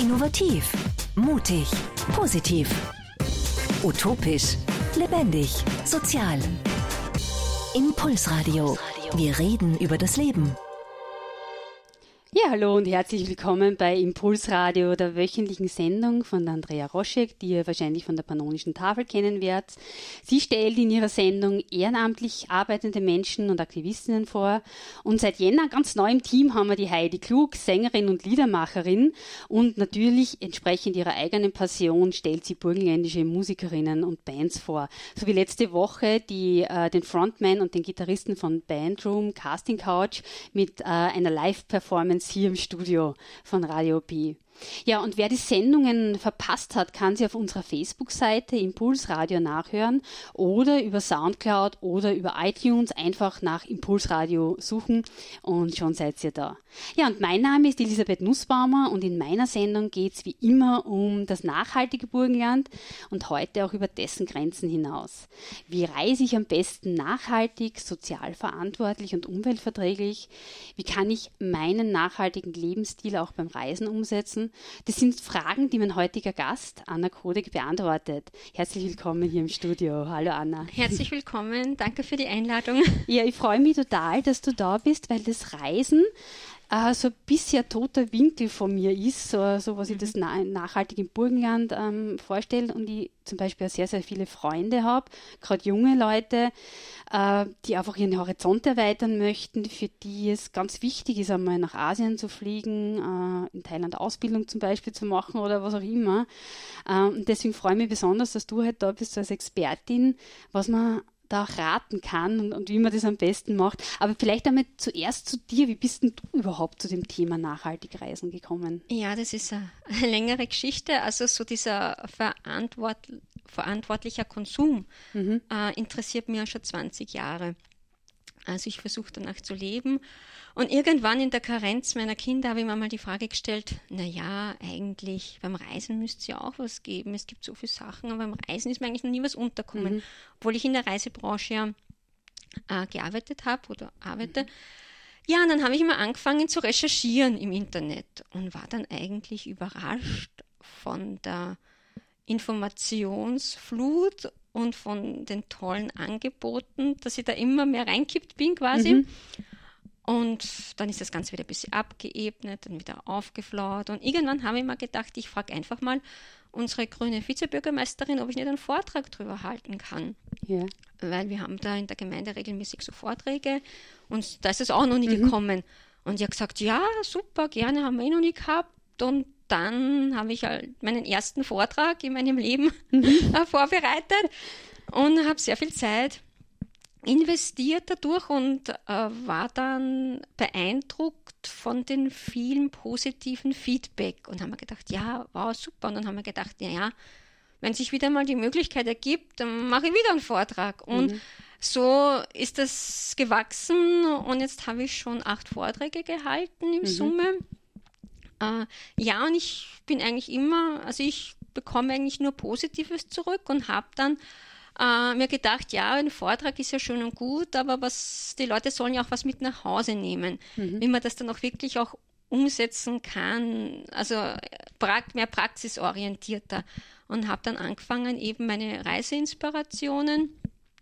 Innovativ, mutig, positiv, utopisch, lebendig, sozial. Impulsradio. Wir reden über das Leben. Ja, hallo und herzlich willkommen bei Impulsradio, der wöchentlichen Sendung von Andrea Roschek, die ihr wahrscheinlich von der Pannonischen Tafel kennen werdet. Sie stellt in ihrer Sendung ehrenamtlich arbeitende Menschen und Aktivistinnen vor. Und seit Jänner ganz neu im Team haben wir die Heidi Klug, Sängerin und Liedermacherin. Und natürlich entsprechend ihrer eigenen Passion stellt sie burgenländische Musikerinnen und Bands vor. So wie letzte Woche den Frontman und den Gitarristen von Bandroom, Casting Couch, mit einer Live-Performance hier im Studio von Radio P. Ja, und wer die Sendungen verpasst hat, kann sie auf unserer Facebook-Seite Impulsradio nachhören oder über Soundcloud oder über iTunes einfach nach Impulsradio suchen und schon seid ihr da. Ja, und mein Name ist Elisabeth Nussbaumer und in meiner Sendung geht es wie immer um das nachhaltige Burgenland und heute auch über dessen Grenzen hinaus. Wie reise ich am besten nachhaltig, sozial verantwortlich und umweltverträglich? Wie kann ich meinen nachhaltigen Lebensstil auch beim Reisen umsetzen? Das sind Fragen, die mein heutiger Gast, Anna Kodek, beantwortet. Herzlich willkommen hier im Studio. Hallo Anna. Herzlich willkommen, danke für die Einladung. Ja, ich freue mich total, dass du da bist, weil das Reisen so ein bisschen toter Winkel von mir ist, so was ich das nachhaltig im Burgenland vorstelle und ich zum Beispiel auch sehr, sehr viele Freunde habe, gerade junge Leute, die einfach ihren Horizont erweitern möchten, für die es ganz wichtig ist, einmal nach Asien zu fliegen, in Thailand Ausbildung zum Beispiel zu machen oder was auch immer. Und deswegen freue ich mich besonders, dass du heute da bist als Expertin, was man da auch raten kann und wie man das am besten macht. Aber vielleicht damit zuerst zu dir. Wie bist denn du überhaupt zu dem Thema nachhaltig Reisen gekommen? Ja, das ist eine längere Geschichte. Also so dieser verantwortlicher Konsum interessiert mich ja schon 20 Jahre. Also ich versuche danach zu leben. Und irgendwann in der Karenz meiner Kinder habe ich mir mal die Frage gestellt, eigentlich beim Reisen müsste es ja auch was geben. Es gibt so viele Sachen, aber beim Reisen ist mir eigentlich noch nie was unterkommen. Obwohl ich in der Reisebranche gearbeitet habe oder arbeite. Ja, und dann habe ich mal angefangen zu recherchieren im Internet und war dann eigentlich überrascht von der Informationsflut und von den tollen Angeboten, dass ich da immer mehr reinkippt bin quasi. Und dann ist das Ganze wieder ein bisschen abgeebnet, dann wieder aufgeflaut. Und irgendwann habe ich mir gedacht, ich frage einfach mal unsere grüne Vizebürgermeisterin, ob ich nicht einen Vortrag drüber halten kann. Ja. Weil wir haben da in der Gemeinde regelmäßig so Vorträge und da ist es auch noch nie gekommen. Und ich habe gesagt, ja, super, gerne, haben wir noch nie gehabt. Und dann habe ich halt meinen ersten Vortrag in meinem Leben vorbereitet und habe sehr viel Zeit investiert dadurch und war dann beeindruckt von den vielen positiven Feedback und haben mir gedacht, ja, wow, super. Und dann haben wir gedacht, ja, wenn sich wieder mal die Möglichkeit ergibt, dann mache ich wieder einen Vortrag. Und so ist das gewachsen und jetzt habe ich schon 8 Vorträge gehalten im Summe. Ja, und ich bin eigentlich ich bekomme eigentlich nur Positives zurück und habe dann mir gedacht, ja, ein Vortrag ist ja schön und gut, aber die Leute sollen ja auch was mit nach Hause nehmen, wie man das dann auch wirklich auch umsetzen kann, also mehr praxisorientierter und habe dann angefangen, eben meine Reiseinspirationen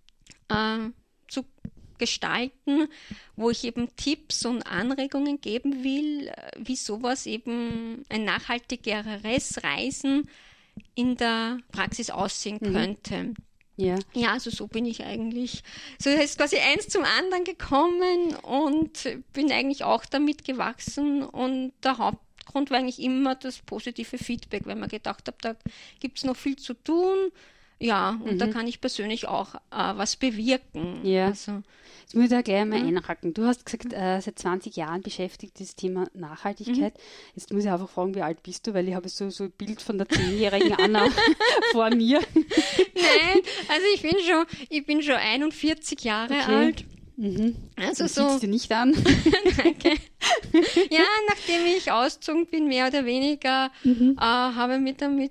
zu gestalten, wo ich eben Tipps und Anregungen geben will, wie sowas eben ein nachhaltigeres Reisen in der Praxis aussehen könnte. Ja, also so bin ich eigentlich, so ist quasi eins zum anderen gekommen und bin eigentlich auch damit gewachsen und der Hauptgrund war eigentlich immer das positive Feedback, weil man gedacht habe, da gibt's noch viel zu tun. Ja, und da kann ich persönlich auch was bewirken. Ja, also, jetzt muss ich da gleich einmal einhaken. Du hast gesagt, seit 20 Jahren beschäftigt das Thema Nachhaltigkeit. Jetzt muss ich einfach fragen, wie alt bist du? Weil ich habe so ein Bild von der 10-jährigen Anna vor mir. Nein, also ich bin schon 41 Jahre alt. Also so. Siehst du nicht an? Danke. Ja, nachdem ich ausgezogen bin, mehr oder weniger, habe ich mich damit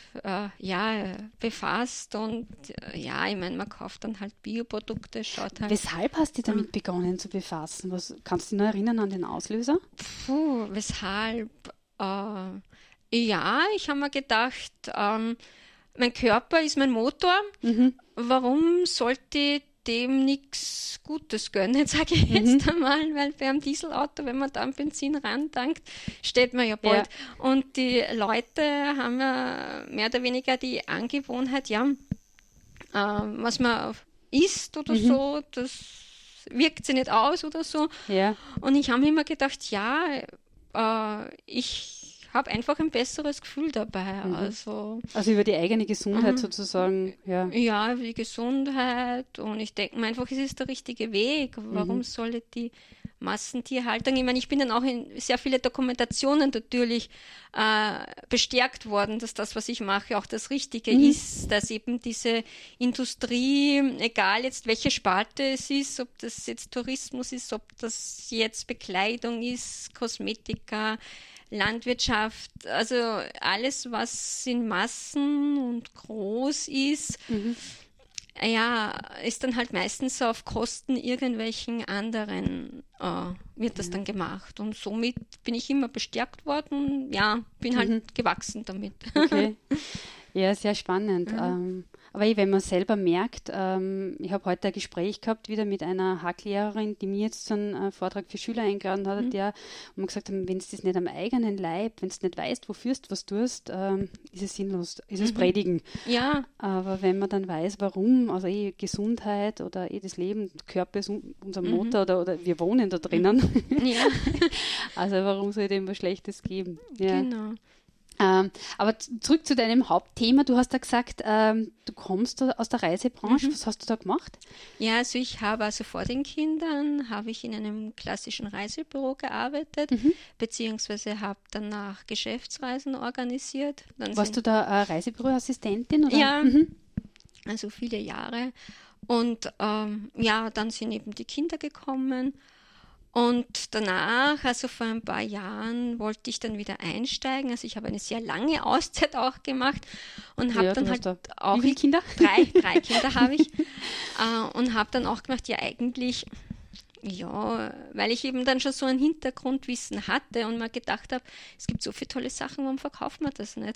befasst und ich meine, man kauft dann halt Bioprodukte, schaut halt. Weshalb hast du damit begonnen zu befassen? Kannst du dich noch erinnern an den Auslöser? Weshalb? Ja, ich habe mir gedacht, mein Körper ist mein Motor. Warum sollte ich dem nichts Gutes gönnen, sage ich jetzt einmal, weil bei einem Dieselauto, wenn man dann Benzin rantankt, steht man ja bald. Ja. Und die Leute haben ja mehr oder weniger die Angewohnheit, was man isst oder so, das wirkt sich nicht aus oder so. Ja. Und ich habe mir immer gedacht, ich habe einfach ein besseres Gefühl dabei. Also über die eigene Gesundheit sozusagen. Ja, über die Gesundheit. Und ich denke mir einfach, es ist der richtige Weg. Warum soll die Massentierhaltung? Ich meine, ich bin dann auch in sehr viele Dokumentationen natürlich bestärkt worden, dass das, was ich mache, auch das Richtige ist, dass eben diese Industrie, egal jetzt welche Sparte es ist, ob das jetzt Tourismus ist, ob das jetzt Bekleidung ist, Kosmetika, Landwirtschaft, also alles, was in Massen und groß ist, ist dann halt meistens auf Kosten irgendwelchen anderen wird das dann gemacht. Und somit bin ich immer bestärkt worden, bin halt gewachsen damit. Okay. Ja, sehr spannend. Aber wenn man selber merkt, ich habe heute ein Gespräch gehabt wieder mit einer Hacklehrerin, die mir jetzt so einen Vortrag für Schüler eingeladen hat, und wir gesagt haben, wenn du das nicht am eigenen Leib, wenn du nicht weißt, wofür du was tust, ist es sinnlos, ist es Predigen. Ja. Aber wenn man dann weiß, warum, also Gesundheit oder das Leben, Körper ist unser Motor oder wir wohnen da drinnen. Ja. Also warum soll dem was Schlechtes geben? Ja. Genau. Aber zurück zu deinem Hauptthema. Du hast ja gesagt, du kommst aus der Reisebranche. Was hast du da gemacht? Ja, also ich habe vor den Kindern in einem klassischen Reisebüro gearbeitet, beziehungsweise habe danach Geschäftsreisen organisiert. Warst du da Reisebüroassistentin? Oder? Ja, also viele Jahre. Und dann sind eben die Kinder gekommen. Und danach, also vor ein paar Jahren, wollte ich dann wieder einsteigen. Also ich habe eine sehr lange Auszeit auch gemacht und habe dann halt auch... Wie viele Kinder? Drei Kinder habe ich. Und habe dann auch gemacht, weil ich eben dann schon so ein Hintergrundwissen hatte und mir gedacht habe, es gibt so viele tolle Sachen, warum verkauft man das nicht?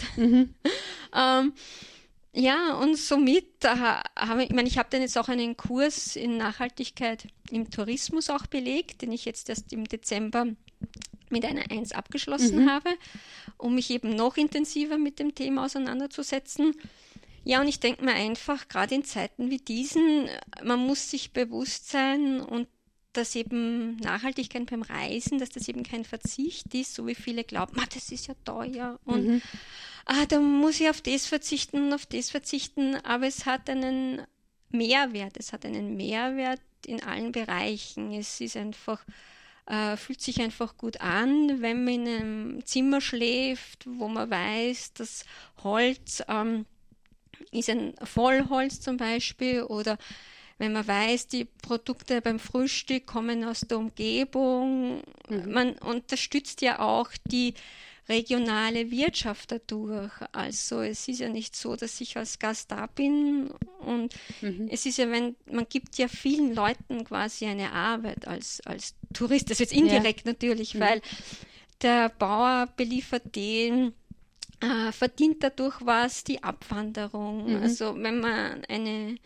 Und somit ich habe dann jetzt auch einen Kurs in Nachhaltigkeit im Tourismus auch belegt, den ich jetzt erst im Dezember mit einer 1 abgeschlossen habe, um mich eben noch intensiver mit dem Thema auseinanderzusetzen. Ja, und ich denke mir einfach, gerade in Zeiten wie diesen, man muss sich bewusst sein und dass eben Nachhaltigkeit beim Reisen, dass das eben kein Verzicht ist, so wie viele glauben, das ist ja teuer und da muss ich auf das verzichten, aber es hat einen Mehrwert. Es hat einen Mehrwert in allen Bereichen. Es ist einfach, fühlt sich einfach gut an, wenn man in einem Zimmer schläft, wo man weiß, das Holz ist ein Vollholz zum Beispiel, oder wenn man weiß, die Produkte beim Frühstück kommen aus der Umgebung. Man unterstützt ja auch die regionale Wirtschaft dadurch. Also es ist ja nicht so, dass ich als Gast da bin und es ist ja, man gibt ja vielen Leuten quasi eine Arbeit als Tourist. Das ist jetzt indirekt natürlich, weil der Bauer beliefert den, verdient dadurch was, die Abwanderung. Also wenn man einen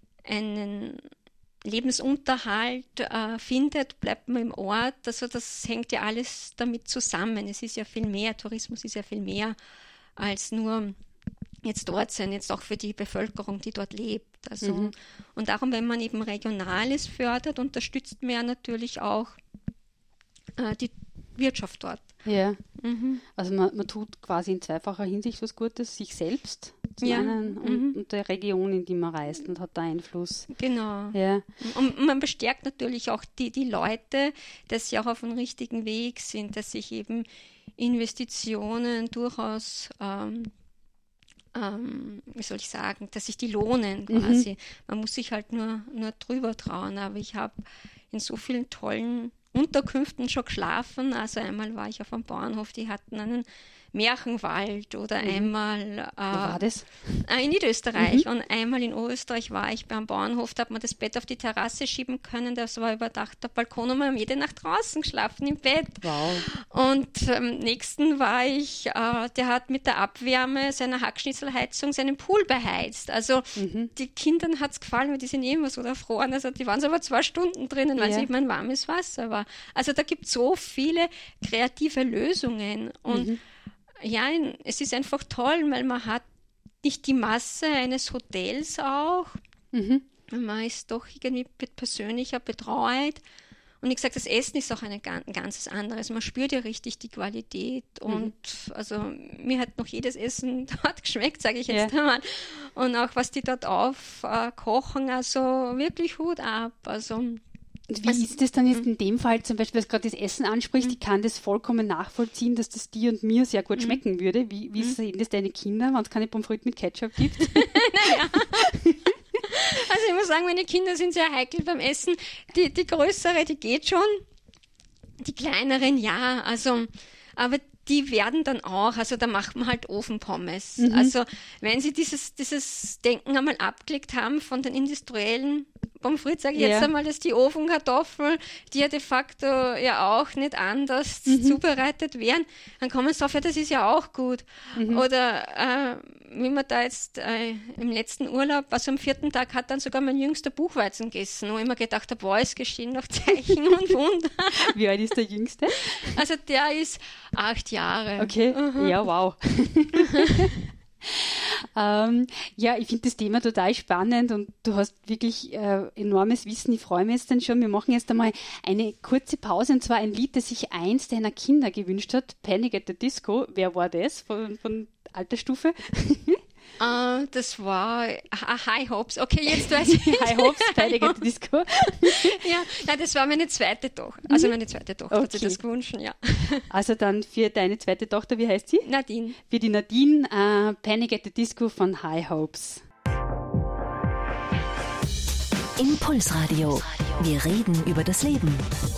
Lebensunterhalt findet, bleibt man im Ort. Also das hängt ja alles damit zusammen. Es ist ja viel mehr, Tourismus ist ja viel mehr als nur jetzt dort sein, jetzt auch für die Bevölkerung, die dort lebt. Also, und darum, wenn man eben Regionales fördert, unterstützt man ja natürlich auch die Wirtschaft dort. Ja, also man tut quasi in zweifacher Hinsicht was Gutes, sich selbst zum einen und der Region, in die man reist, und hat da Einfluss. Genau. Ja. Und man bestärkt natürlich auch die Leute, dass sie auch auf dem richtigen Weg sind, dass sich eben Investitionen durchaus, dass sich die lohnen quasi. Man muss sich halt nur drüber trauen, aber ich habe in so vielen tollen Unterkünften schon geschlafen. Also einmal war ich auf einem Bauernhof, die hatten einen Märchenwald oder einmal Wo war das? in Niederösterreich und einmal in Oberösterreich war ich beim Bauernhof, da hat man das Bett auf die Terrasse schieben können, das war überdachter Balkon und wir haben jede Nacht draußen geschlafen im Bett. Wow. Und am nächsten war ich, der hat mit der Abwärme seiner Hackschnitzelheizung seinen Pool beheizt. Also die Kindern hat es gefallen, weil die sind immer so erfroren. Also die waren so aber 2 Stunden drinnen, weil es eben ein warmes Wasser war. Also da gibt es so viele kreative Lösungen und ja, es ist einfach toll, weil man hat nicht die Masse eines Hotels auch. Man ist doch irgendwie persönlicher betreut. Und wie gesagt, das Essen ist auch ein ganzes anderes. Man spürt ja richtig die Qualität. Und also mir hat noch jedes Essen dort geschmeckt, sage ich jetzt einmal. Und auch was die dort aufkochen, also wirklich Hut ab. Also wie ist das dann jetzt in dem Fall, zum Beispiel, was gerade das Essen anspricht, ich kann das vollkommen nachvollziehen, dass das dir und mir sehr gut schmecken würde. Wie sehen das deine Kinder, wenn es keine Pommes frites mit Ketchup gibt? Naja. Also ich muss sagen, meine Kinder sind sehr heikel beim Essen. Die größere, die geht schon. Die kleineren, ja. Also, aber die werden dann auch, also da macht man halt Ofenpommes. Also wenn sie dieses Denken einmal abgelegt haben von den industriellen Pommes frites, sage ich jetzt einmal, dass die Ofenkartoffeln, die ja de facto ja auch nicht anders zubereitet werden, dann kommen sie auf, ja, das ist ja auch gut. Oder wie man da jetzt im letzten Urlaub, also am 4. Tag hat dann sogar mein jüngster Buchweizen gegessen, wo ich mir gedacht habe, boah, es geschehen noch Zeichen und Wunder. Wie alt ist der Jüngste? Also der ist 8 Jahre. Okay, ja, wow. Ja, ich finde das Thema total spannend und du hast wirklich enormes Wissen. Ich freue mich jetzt dann schon. Wir machen jetzt einmal eine kurze Pause und zwar ein Lied, das sich eins deiner Kinder gewünscht hat, Panic at the Disco. Wer war das von Altersstufe? Das war High Hopes. Okay, jetzt weiß ich. High Hopes, Panic at the Disco. Ja, nein, das war meine zweite Tochter. Also meine zweite Tochter hat sich das gewünscht, ja. Also dann für deine zweite Tochter, wie heißt sie? Nadine. Für die Nadine, Panic at the Disco von High Hopes. Impulsradio. Wir reden über das Leben.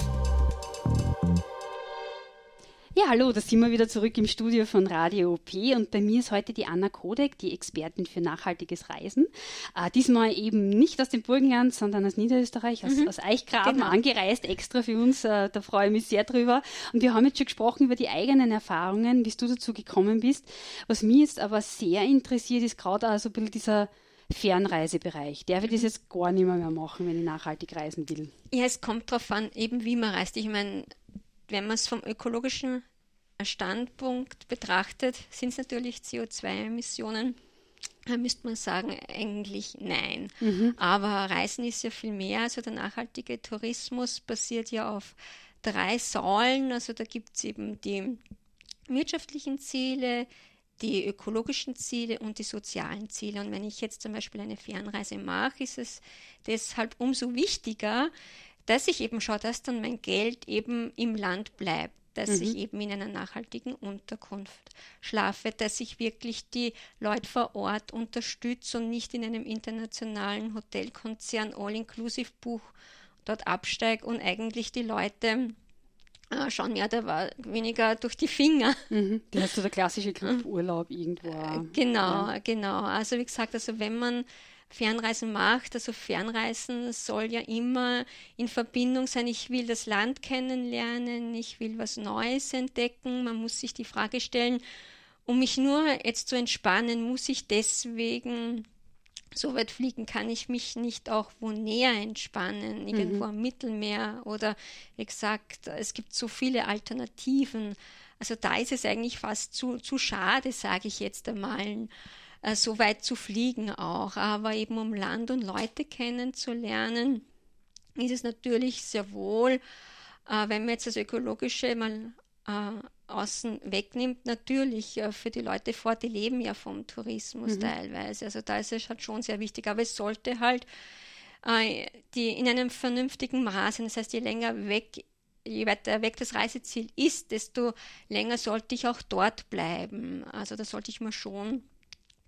Ja, hallo, da sind wir wieder zurück im Studio von Radio OP und bei mir ist heute die Anna Kodek, die Expertin für nachhaltiges Reisen. Diesmal eben nicht aus dem Burgenland, sondern aus Niederösterreich, aus Eichgraben angereist, extra für uns. Da freue ich mich sehr drüber. Und wir haben jetzt schon gesprochen über die eigenen Erfahrungen, wie du dazu gekommen bist. Was mich jetzt aber sehr interessiert, ist gerade auch so ein bisschen dieser Fernreisebereich. Darf ich das jetzt gar nicht mehr machen, wenn ich nachhaltig reisen will? Ja, es kommt darauf an, eben wie man reist. Ich meine, wenn man es vom ökologischen Standpunkt betrachtet, sind es natürlich CO2-Emissionen. Da müsste man sagen, eigentlich nein. Aber Reisen ist ja viel mehr. Also der nachhaltige Tourismus basiert ja auf 3 Säulen. Also da gibt es eben die wirtschaftlichen Ziele, die ökologischen Ziele und die sozialen Ziele. Und wenn ich jetzt zum Beispiel eine Fernreise mache, ist es deshalb umso wichtiger, dass ich eben schaue, dass dann mein Geld eben im Land bleibt, dass ich eben in einer nachhaltigen Unterkunft schlafe, dass ich wirklich die Leute vor Ort unterstütze und nicht in einem internationalen Hotelkonzern All-Inclusive-Buch dort absteige und eigentlich die Leute schauen mehr oder weniger durch die Finger. Das ist so der klassische Cluburlaub irgendwo. Genau. Also wie gesagt, also wenn man Fernreisen macht, also Fernreisen soll ja immer in Verbindung sein, ich will das Land kennenlernen, ich will was Neues entdecken, man muss sich die Frage stellen, um mich nur jetzt zu entspannen, muss ich deswegen so weit fliegen, kann ich mich nicht auch wo näher entspannen, irgendwo am Mittelmeer oder wie gesagt, es gibt so viele Alternativen, also da ist es eigentlich fast zu schade, sage ich jetzt einmal, so weit zu fliegen auch, aber eben um Land und Leute kennenzulernen, ist es natürlich sehr wohl, wenn man jetzt das Ökologische mal außen wegnimmt, natürlich für die Leute vor, die leben ja vom Tourismus teilweise, also da ist es halt schon sehr wichtig, aber es sollte halt in einem vernünftigen Maße, das heißt, je weiter weg das Reiseziel ist, desto länger sollte ich auch dort bleiben, also da sollte ich mir schon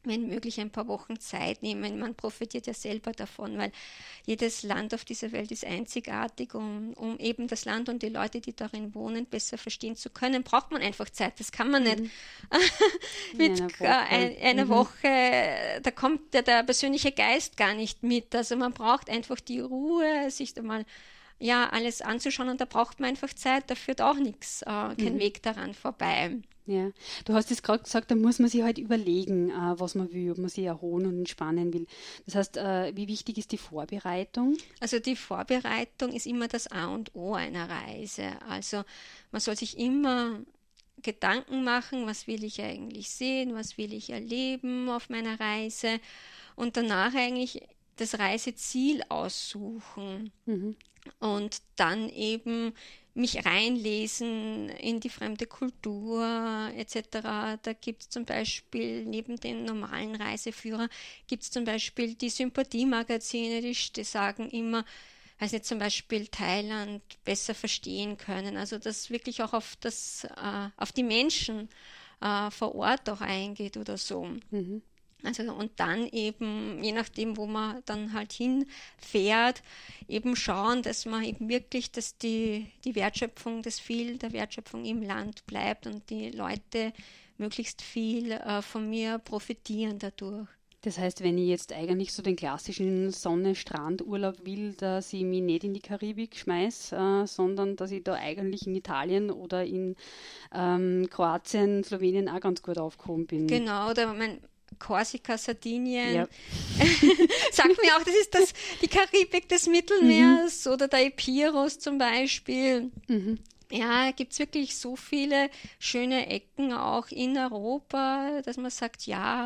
wenn möglich ein paar Wochen Zeit nehmen. Man profitiert ja selber davon, weil jedes Land auf dieser Welt ist einzigartig, um eben das Land und die Leute, die darin wohnen, besser verstehen zu können, braucht man einfach Zeit. Das kann man nicht mit einer Woche, da kommt der persönliche Geist gar nicht mit. Also man braucht einfach die Ruhe, sich da mal alles anzuschauen, und da braucht man einfach Zeit, da führt auch nichts, kein Weg daran vorbei. Ja, du hast jetzt gerade gesagt, da muss man sich halt überlegen, was man will, ob man sich erholen und entspannen will. Das heißt, wie wichtig ist die Vorbereitung? Also die Vorbereitung ist immer das A und O einer Reise. Also man soll sich immer Gedanken machen, was will ich eigentlich sehen, was will ich erleben auf meiner Reise, und danach eigentlich das Reiseziel aussuchen. Und dann eben mich reinlesen in die fremde Kultur etc. Da gibt es zum Beispiel neben den normalen Reiseführer, gibt es zum Beispiel die Sympathiemagazine, die sagen immer, also zum Beispiel Thailand besser verstehen können. Also das wirklich auch auf die Menschen vor Ort auch eingeht oder so. Also und dann eben, je nachdem, wo man dann halt hinfährt, eben schauen, dass man eben wirklich, dass die Wertschöpfung, der Wertschöpfung im Land bleibt und die Leute möglichst viel von mir profitieren dadurch. Das heißt, wenn ich jetzt eigentlich so den klassischen Sonne-Strand-Urlaub will, dass ich mich nicht in die Karibik schmeiße, sondern dass ich da eigentlich in Italien oder in Kroatien, Slowenien auch ganz gut aufgehoben bin. Genau, oder Korsika, Sardinien. Sagt mir auch, das ist die Karibik des Mittelmeers oder der Epirus zum Beispiel. Ja, gibt es wirklich so viele schöne Ecken auch in Europa, dass man sagt,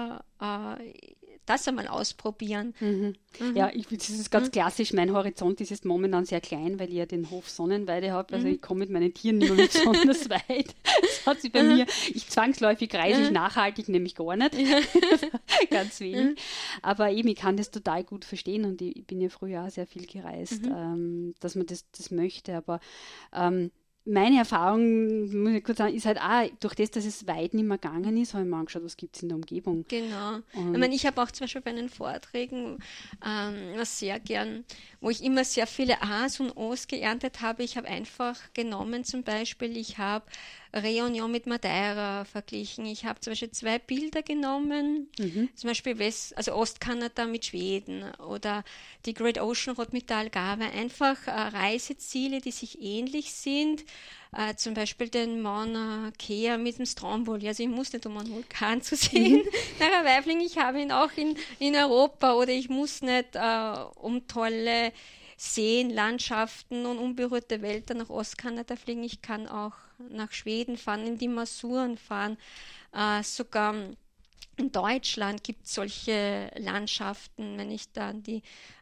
das einmal ausprobieren. Ja, das ist ganz klassisch. Mein Horizont ist jetzt momentan sehr klein, weil ich ja den Hof Sonnenweide habe. Also ich komme mit meinen Tieren nicht mehr besonders weit. Das hat sich bei mir, zwangsläufig reise ich nachhaltig, nämlich gar nicht. Ganz wenig. Aber eben, ich kann das total gut verstehen, und ich bin ja früher auch sehr viel gereist, dass man das möchte. Aber meine Erfahrung, muss ich kurz sagen, ist halt auch, durch das, dass es weit nicht mehr gegangen ist, habe ich mir angeschaut, was gibt es in der Umgebung. Genau. Ich habe auch zum Beispiel bei den Vorträgen sehr gern, wo ich immer sehr viele A's und O's geerntet habe. Ich habe einfach genommen, zum Beispiel, ich habe Réunion mit Madeira verglichen. Ich habe zum Beispiel 2 Bilder genommen, zum Beispiel Ostkanada mit Schweden oder die Great Ocean Road mit der Algarve. Einfach Reiseziele, die sich ähnlich sind. Zum Beispiel den Mauna Kea mit dem Stromboli. Also ich muss nicht, um einen Vulkan zu sehen, nach einer Weibling. Ich habe ihn auch in Europa, oder ich muss nicht um tolle Seen, Landschaften und unberührte Wälder nach Ostkanada fliegen. Ich kann auch nach Schweden fahren, in die Masuren fahren. Sogar in Deutschland gibt es solche Landschaften, wenn ich da an die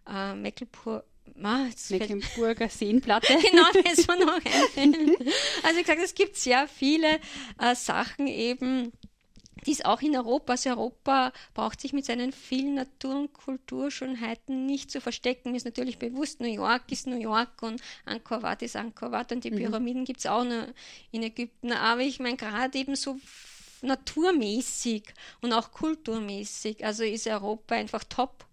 Mecklenburger Seenplatte. Genau, das war noch ein. Also ich sage, es gibt sehr viele Sachen eben, die es auch in Europa, also Europa braucht sich mit seinen vielen Natur- und Kulturschönheiten nicht zu verstecken. Mir ist natürlich bewusst, New York ist New York und Angkor Wat ist Angkor Wat und die Pyramiden gibt es auch noch in Ägypten. Aber ich meine, gerade eben so naturmäßig und auch kulturmäßig, also ist Europa einfach top.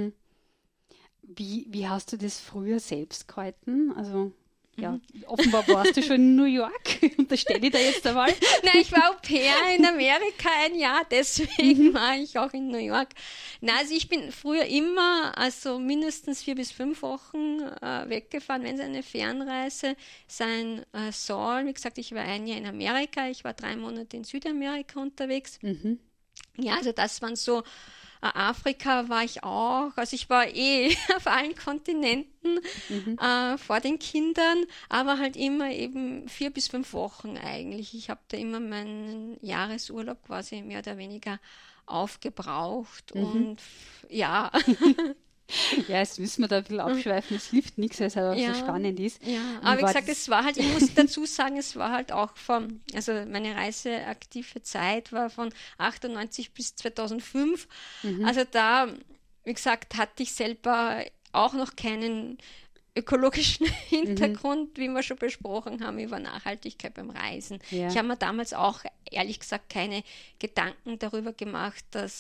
Wie hast du das früher selbst gehalten? Also offenbar warst du schon in New York. Unterstelle ich da jetzt einmal. Nein, ich war Au-pair in Amerika ein Jahr, deswegen war ich auch in New York. Nein, also ich bin früher immer, also mindestens 4 bis 5 Wochen weggefahren, wenn es eine Fernreise sein soll. Wie gesagt, ich war ein Jahr in Amerika, ich war 3 Monate in Südamerika unterwegs. Ja, also das waren so. Afrika war ich auch, also ich war auf allen Kontinenten vor den Kindern, aber halt immer eben 4 bis 5 Wochen eigentlich. Ich habe da immer meinen Jahresurlaub quasi mehr oder weniger aufgebraucht und ja. Ja, jetzt müssen wir da ein bisschen abschweifen, es hilft nichts, weil es halt auch so spannend ist. Ja, aber wie gesagt, es war halt, ich muss dazu sagen, es war halt auch also meine reiseaktive Zeit war von 98 bis 2005. Also da, wie gesagt, hatte ich selber auch noch keinen ökologischen Hintergrund, wie wir schon besprochen haben, über Nachhaltigkeit beim Reisen. Ja. Ich habe mir damals auch, ehrlich gesagt, keine Gedanken darüber gemacht, dass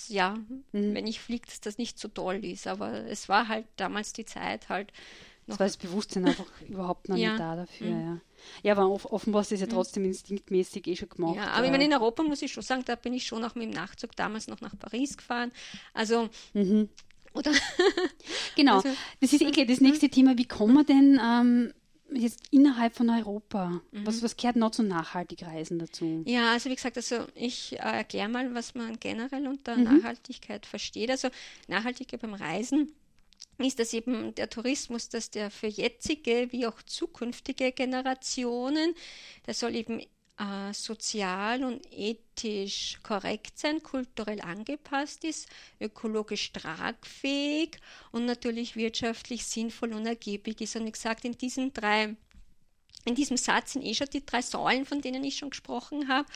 dass, wenn ich fliege, dass das nicht so toll ist. Aber es war halt damals die Zeit halt noch. Das war das Bewusstsein einfach überhaupt noch nicht da dafür, Ja, aber offenbar ist das ja trotzdem instinktmäßig schon gemacht. Ja, aber ich meine, in Europa muss ich schon sagen, da bin ich schon auch mit dem Nachtzug damals noch nach Paris gefahren. Also, oder? Genau, Also, das ist gleich das nächste Thema. Wie kommen wir denn jetzt innerhalb von Europa? Was gehört noch zu nachhaltig Reisen dazu? Ja, also wie gesagt, ich erkläre mal, was man generell unter Nachhaltigkeit versteht. Also Nachhaltigkeit beim Reisen ist das eben der Tourismus, dass der für jetzige wie auch zukünftige Generationen, der soll eben sozial und ethisch korrekt sein, kulturell angepasst ist, ökologisch tragfähig und natürlich wirtschaftlich sinnvoll und ergiebig ist. Und wie gesagt, in diesem Satz sind schon die 3 Säulen, von denen ich schon gesprochen habe,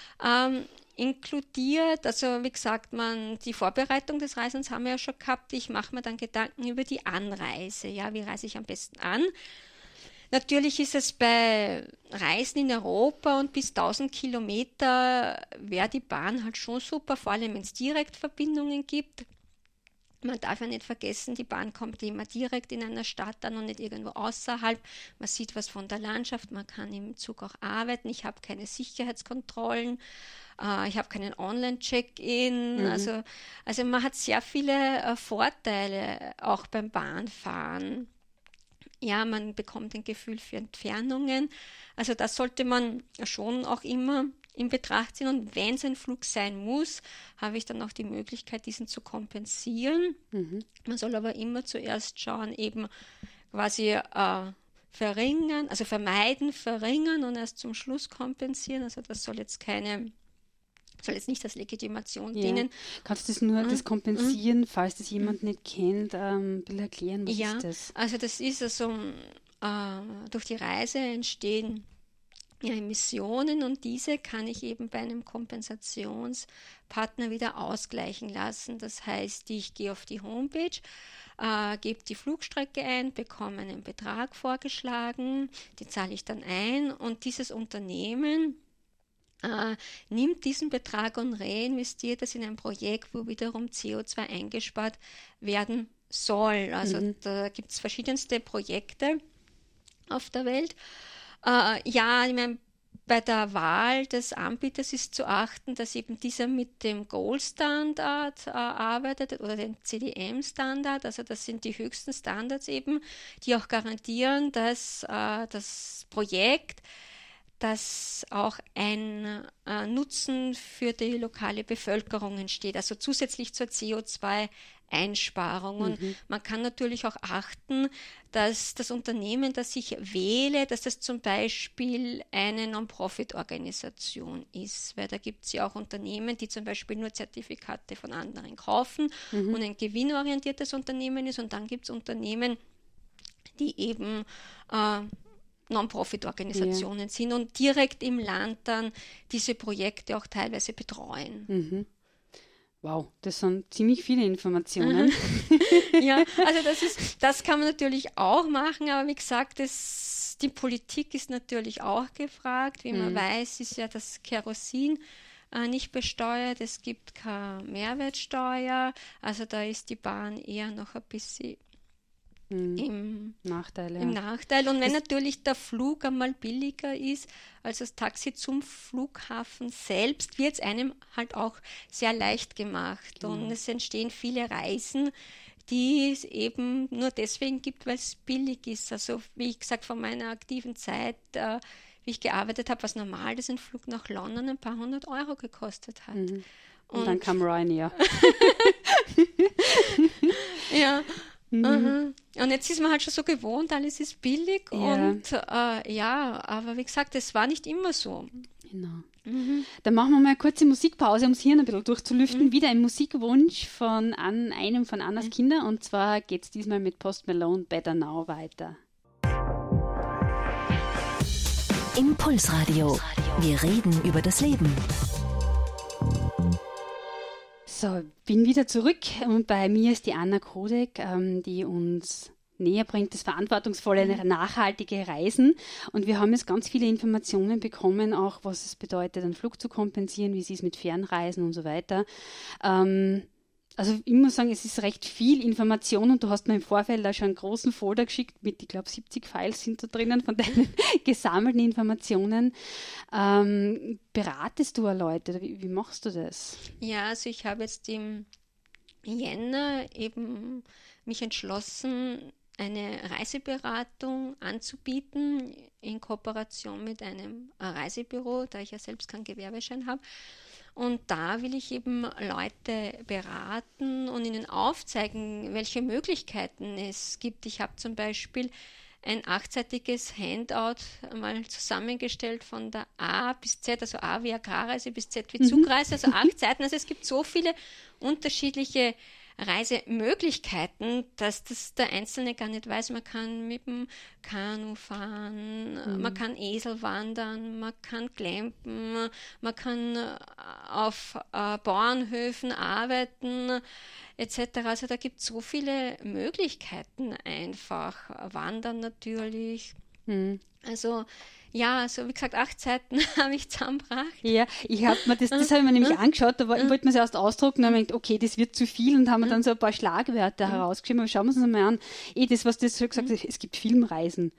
inkludiert. Also wie gesagt, die Vorbereitung des Reisens haben wir ja schon gehabt. Ich mache mir dann Gedanken über die Anreise. Ja, wie reise ich am besten an? Natürlich ist es bei Reisen in Europa und bis 1000 Kilometer wäre die Bahn halt schon super, vor allem wenn es Direktverbindungen gibt. Man darf ja nicht vergessen, die Bahn kommt immer direkt in einer Stadt an und nicht irgendwo außerhalb. Man sieht was von der Landschaft, man kann im Zug auch arbeiten. Ich habe keine Sicherheitskontrollen, ich habe keinen Online-Check-in. Also man hat sehr viele Vorteile auch beim Bahnfahren. Ja, man bekommt ein Gefühl für Entfernungen. Also das sollte man schon auch immer in Betracht ziehen. Und wenn es ein Flug sein muss, habe ich dann auch die Möglichkeit, diesen zu kompensieren. Man soll aber immer zuerst schauen, eben quasi verringern und erst zum Schluss kompensieren. Also das soll jetzt nicht als Legitimation dienen. Kannst du das nur das kompensieren, falls das jemand nicht kennt, ein bisschen erklären, was ist das? Also das ist durch die Reise entstehen Emissionen und diese kann ich eben bei einem Kompensationspartner wieder ausgleichen lassen. Das heißt, ich gehe auf die Homepage, gebe die Flugstrecke ein, bekomme einen Betrag vorgeschlagen, die zahle ich dann ein und dieses Unternehmen nimmt diesen Betrag und reinvestiert es in ein Projekt, wo wiederum CO2 eingespart werden soll. Also da gibt es verschiedenste Projekte auf der Welt. Ich meine, bei der Wahl des Anbieters ist zu achten, dass eben dieser mit dem Gold-Standard arbeitet oder dem CDM-Standard. Also das sind die höchsten Standards eben, die auch garantieren, dass das Projekt, dass auch ein Nutzen für die lokale Bevölkerung entsteht, also zusätzlich zur CO2-Einsparung. Und man kann natürlich auch achten, dass das Unternehmen, das ich wähle, dass das zum Beispiel eine Non-Profit-Organisation ist, weil da gibt es ja auch Unternehmen, die zum Beispiel nur Zertifikate von anderen kaufen und ein gewinnorientiertes Unternehmen ist. Und dann gibt es Unternehmen, die eben Non-Profit-Organisationen sind und direkt im Land dann diese Projekte auch teilweise betreuen. Wow, das sind ziemlich viele Informationen. Ja, also das kann man natürlich auch machen, aber wie gesagt, die Politik ist natürlich auch gefragt. Wie man weiß, ist ja das Kerosin nicht besteuert, es gibt keine Mehrwertsteuer, also da ist die Bahn eher noch ein bisschen im Nachteil. Und wenn natürlich der Flug einmal billiger ist als das Taxi zum Flughafen selbst, wird es einem halt auch sehr leicht gemacht. Und es entstehen viele Reisen, die es eben nur deswegen gibt, weil es billig ist. Also wie ich gesagt, von meiner aktiven Zeit, wie ich gearbeitet habe, was normal, dass ein Flug nach London ein paar 100 Euro gekostet hat. Und dann kam Ryanair. Ja. Und jetzt ist man halt schon so gewohnt, alles ist billig und aber wie gesagt, es war nicht immer so. Genau. Dann machen wir mal eine kurze Musikpause, um es hier ein bisschen durchzulüften. Wieder ein Musikwunsch von einem von Annas Kinder und zwar geht es diesmal mit Post Malone Better Now weiter. Impulsradio. Wir reden über das Leben. So, bin wieder zurück und bei mir ist die Anna Kodek, die uns näher bringt, das verantwortungsvolle, nachhaltige Reisen. Und wir haben jetzt ganz viele Informationen bekommen, auch was es bedeutet, einen Flug zu kompensieren, wie es ist mit Fernreisen und so weiter. Also ich muss sagen, es ist recht viel Information und du hast mir im Vorfeld da schon einen großen Folder geschickt mit, ich glaube, 70 Files sind da drinnen von deinen gesammelten Informationen. Beratest du Leute? Wie machst du das? Ja, also ich habe jetzt im Jänner eben mich entschlossen, eine Reiseberatung anzubieten in Kooperation mit einem Reisebüro, da ich ja selbst keinen Gewerbeschein habe. Und da will ich eben Leute beraten und ihnen aufzeigen, welche Möglichkeiten es gibt. Ich habe zum Beispiel ein 8-seitiges Handout mal zusammengestellt von der A bis Z, also A wie Agrarreise bis Z wie Zugreise, also 8 Seiten. Also es gibt so viele unterschiedliche Reisemöglichkeiten, dass das der Einzelne gar nicht weiß. Man kann mit dem Kanu fahren, man kann Esel wandern, man kann campen, man kann auf Bauernhöfen arbeiten, etc. Also da gibt es so viele Möglichkeiten einfach. Wandern natürlich. Also ja, also wie gesagt, 8 Seiten habe ich zusammengebracht. Ja, das habe ich mir nämlich angeschaut, ich wollte mir es erst ausdrucken und habe gedacht, okay, das wird zu viel und haben mir dann so ein paar Schlagwörter herausgeschrieben, aber schauen wir uns das mal an. Das, was du jetzt gesagt hast, es gibt Filmreisen.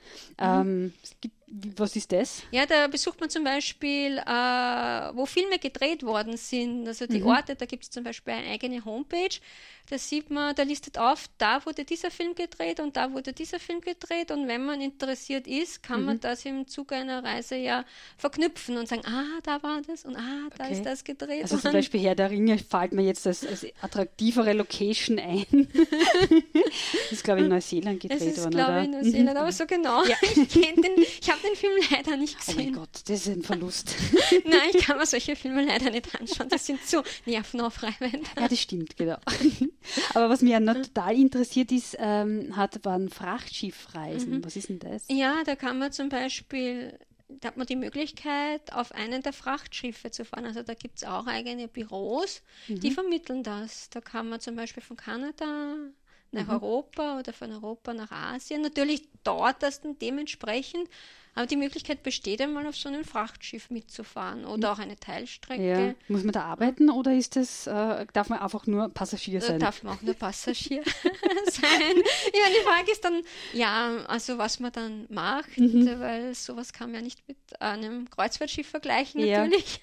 Was ist das? Ja, da besucht man zum Beispiel, wo Filme gedreht worden sind, also die Orte, da gibt es zum Beispiel eine eigene Homepage, da sieht man, da listet auf, da wurde dieser Film gedreht und da wurde dieser Film gedreht und wenn man interessiert ist, kann man das im Zuge einer Reise ja verknüpfen und sagen, da war das und da ist das gedreht. Also zum Beispiel Herr der Ringe fällt mir jetzt als attraktivere Location ein. Das ist, glaube ich, in Neuseeland gedreht worden, oder? Das ist, glaube ich, in Neuseeland, aber so genau. Ja. Ich habe den Film leider nicht gesehen. Oh mein Gott, das ist ein Verlust. Nein, ich kann mir solche Filme leider nicht anschauen. Das sind zu nervenaufreibend. Ja, das stimmt, genau. Aber was mich ja noch total interessiert ist, waren Frachtschiffreisen. Was ist denn das? Ja, da kann man zum Beispiel, da hat man die Möglichkeit, auf einen der Frachtschiffe zu fahren. Also da gibt es auch eigene Büros, die vermitteln das. Da kann man zum Beispiel von Kanada nach Europa oder von Europa nach Asien. Natürlich dauert das dann dementsprechend, aber die Möglichkeit besteht einmal auf so einem Frachtschiff mitzufahren oder auch eine Teilstrecke. Ja. Muss man da arbeiten oder ist das, darf man einfach nur Passagier sein? Darf man auch nur Passagier sein. Ja, die Frage ist dann, also was man dann macht, weil sowas kann man ja nicht mit einem Kreuzfahrtschiff vergleichen natürlich.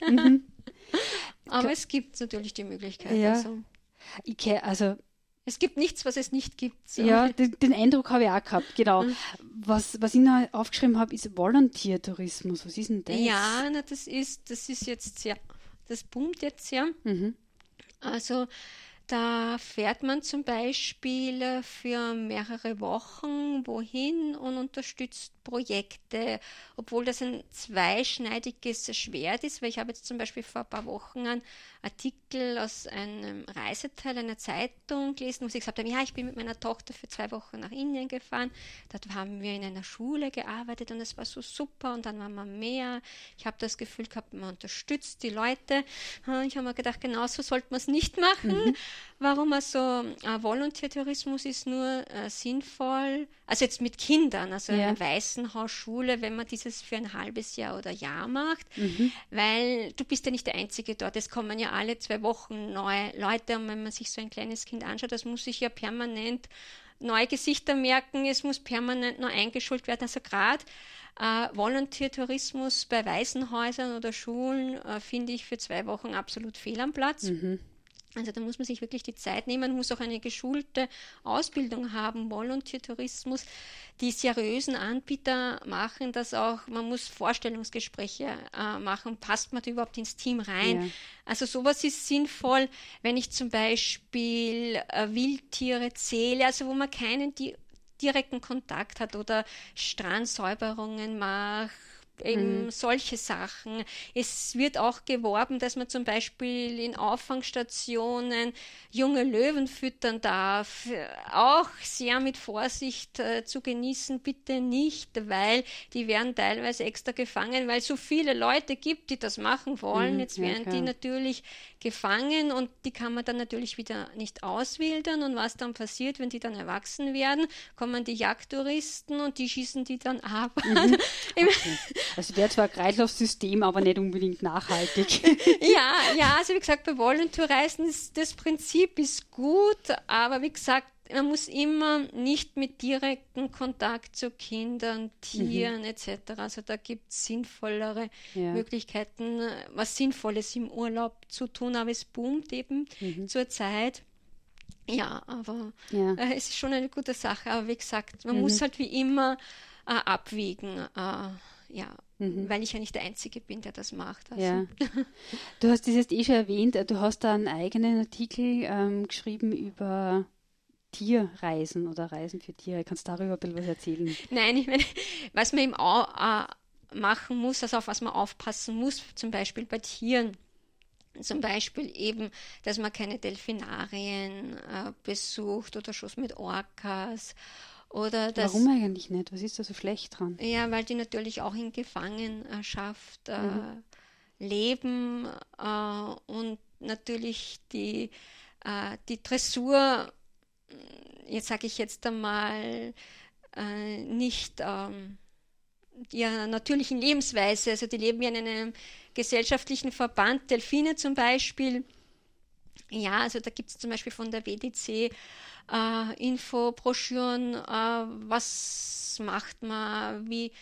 Aber es gibt natürlich die Möglichkeit. Ja. Also es gibt nichts, was es nicht gibt. So. Ja, den Eindruck habe ich auch gehabt, genau. Was ich noch aufgeschrieben habe, ist Volunteer-Tourismus. Was ist denn das? Ja, das ist jetzt sehr, das boomt jetzt sehr. Also da fährt man zum Beispiel für mehrere Wochen wohin und unterstützt Projekte, obwohl das ein zweischneidiges Schwert ist, weil ich habe jetzt zum Beispiel vor ein paar Wochen einen Artikel aus einem Reiseteil einer Zeitung gelesen, wo sie gesagt haben, ja, ich bin mit meiner Tochter für 2 Wochen nach Indien gefahren, dort haben wir in einer Schule gearbeitet und es war so super und dann waren wir mehr. Ich habe das Gefühl gehabt, man unterstützt die Leute. Ich habe mir gedacht, genau so sollte man es nicht machen. Warum also Volunteer-Tourismus ist nur sinnvoll, also jetzt mit Kindern, also in einer Waisenhausschule, wenn man dieses für ein halbes Jahr oder Jahr macht, weil du bist ja nicht der Einzige dort, es kommen ja alle 2 Wochen neue Leute und wenn man sich so ein kleines Kind anschaut, das muss sich ja permanent neue Gesichter merken, es muss permanent neu eingeschult werden, also gerade Volunteer-Tourismus bei Waisenhäusern oder Schulen finde ich für 2 Wochen absolut fehl am Platz. Also da muss man sich wirklich die Zeit nehmen, muss auch eine geschulte Ausbildung haben, Volunteer-Tourismus. Die seriösen Anbieter machen das auch, man muss Vorstellungsgespräche machen, passt man da überhaupt ins Team rein? Ja. Also sowas ist sinnvoll, wenn ich zum Beispiel Wildtiere zähle, also wo man keinen direkten Kontakt hat oder Strandsäuberungen macht, eben solche Sachen. Es wird auch geworben, dass man zum Beispiel in Auffangstationen junge Löwen füttern darf. Auch sehr mit Vorsicht zu genießen, bitte nicht, weil die werden teilweise extra gefangen, weil es so viele Leute gibt, die das machen wollen. Jetzt werden die natürlich gefangen und die kann man dann natürlich wieder nicht auswildern. Und was dann passiert, wenn die dann erwachsen werden, kommen die Jagdtouristen und die schießen die dann ab. Okay. Also wäre zwar ein Kreislaufsystem, aber nicht unbedingt nachhaltig. Ja, also wie gesagt, bei Volunteerreisen das Prinzip ist gut, aber wie gesagt, man muss immer nicht mit direktem Kontakt zu Kindern, Tieren etc. Also da gibt es sinnvollere Möglichkeiten, was Sinnvolles im Urlaub zu tun, aber es boomt eben zurzeit. Ja, aber es ist schon eine gute Sache. Aber wie gesagt, man muss halt wie immer abwägen, weil ich ja nicht der Einzige bin, der das macht. Also. Ja. Du hast das jetzt schon erwähnt, du hast da einen eigenen Artikel geschrieben über Tierreisen oder Reisen für Tiere. Kannst du darüber ein bisschen was erzählen? Nein, ich meine, was man eben auch machen muss, also auf was man aufpassen muss, zum Beispiel bei Tieren, zum Beispiel eben, dass man keine Delfinarien besucht oder Shows mit Orcas. Oder das, warum eigentlich nicht? Was ist da so schlecht dran? Ja, weil die natürlich auch in Gefangenschaft leben und natürlich die Dressur, jetzt sage ich jetzt einmal, nicht ihrer natürlichen Lebensweise, also die leben ja in einem gesellschaftlichen Verband, Delfine zum Beispiel. Ja, also da gibt es zum Beispiel von der WDC Infobroschüren, was macht man, wie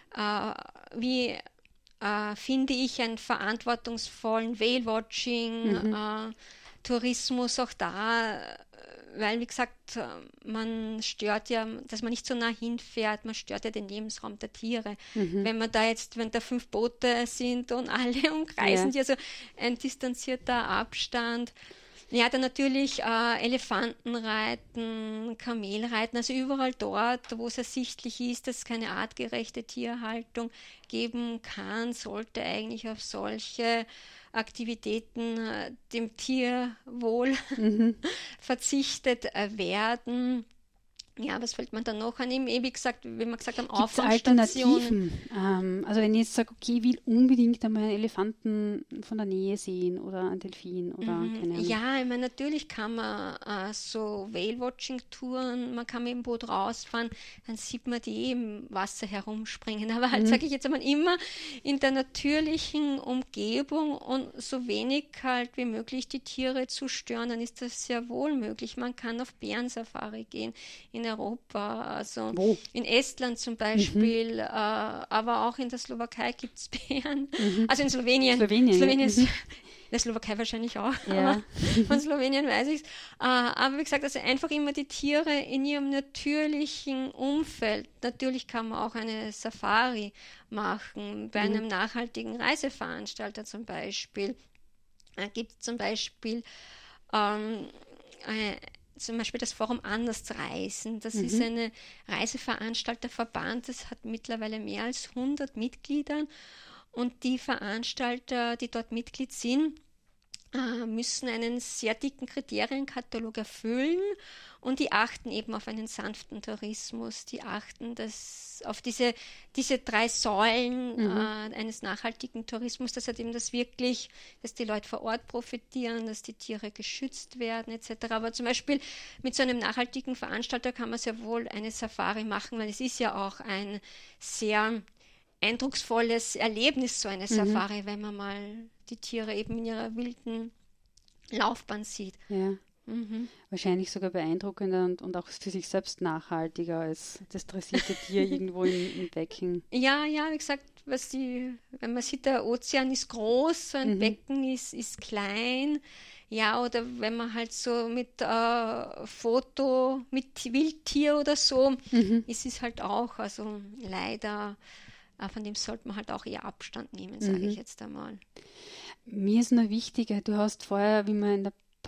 finde ich einen verantwortungsvollen Whale-Watching, Tourismus auch da, weil, wie gesagt, man stört ja, dass man nicht so nah hinfährt, man stört ja den Lebensraum der Tiere. Wenn da 5 Boote sind und alle umkreisen die, also ein distanzierter Abstand. Ja, dann natürlich Elefantenreiten, Kamelreiten, also überall dort, wo es ersichtlich ist, dass es keine artgerechte Tierhaltung geben kann, sollte eigentlich auf solche Aktivitäten dem Tierwohl verzichtet werden. Ja, was fällt man dann noch an? Wie gesagt, wenn man gesagt haben, Auffangstationen. Alternativen? Also wenn ich jetzt sage, okay, ich will unbedingt einmal einen Elefanten von der Nähe sehen oder einen Delfin oder keine Ahnung. Ja, ich meine, natürlich kann man so Whale-Watching-Touren, man kann mit dem Boot rausfahren, dann sieht man die im Wasser herumspringen. Aber halt, sage ich jetzt einmal, immer in der natürlichen Umgebung und so wenig halt wie möglich die Tiere zu stören, dann ist das sehr wohl möglich. Man kann auf Bärensafari gehen in Europa, also in Estland zum Beispiel, aber auch in der Slowakei gibt es Bären, also in Slowenien ist, in der Slowakei wahrscheinlich auch, aber von Slowenien weiß ich es. Aber wie gesagt, also einfach immer die Tiere in ihrem natürlichen Umfeld. Natürlich kann man auch eine Safari machen, bei einem nachhaltigen Reiseveranstalter zum Beispiel. Da gibt es zum Beispiel das Forum Andersreisen. Das ist eine Reiseveranstalterverband, das hat mittlerweile mehr als 100 Mitglieder und die Veranstalter, die dort Mitglied sind, müssen einen sehr dicken Kriterienkatalog erfüllen und die achten eben auf einen sanften Tourismus, die achten auf diese 3 Säulen eines nachhaltigen Tourismus, dass dass die Leute vor Ort profitieren, dass die Tiere geschützt werden etc. Aber zum Beispiel mit so einem nachhaltigen Veranstalter kann man sehr wohl eine Safari machen, weil es ist ja auch ein sehr eindrucksvolles Erlebnis, so eine Safari, wenn man mal die Tiere eben in ihrer wilden Laufbahn sieht. Ja. Wahrscheinlich sogar beeindruckender und auch für sich selbst nachhaltiger als das dressierte Tier irgendwo im Becken. Ja, wie gesagt, wenn man sieht, der Ozean ist groß, so ein Becken ist klein. Ja, oder wenn man halt so mit Foto mit Wildtier oder so, ist es halt auch, also leider, von dem sollte man halt auch eher Abstand nehmen, sage ich jetzt einmal. Mir ist noch wichtig, du hast vorher, wie wir in der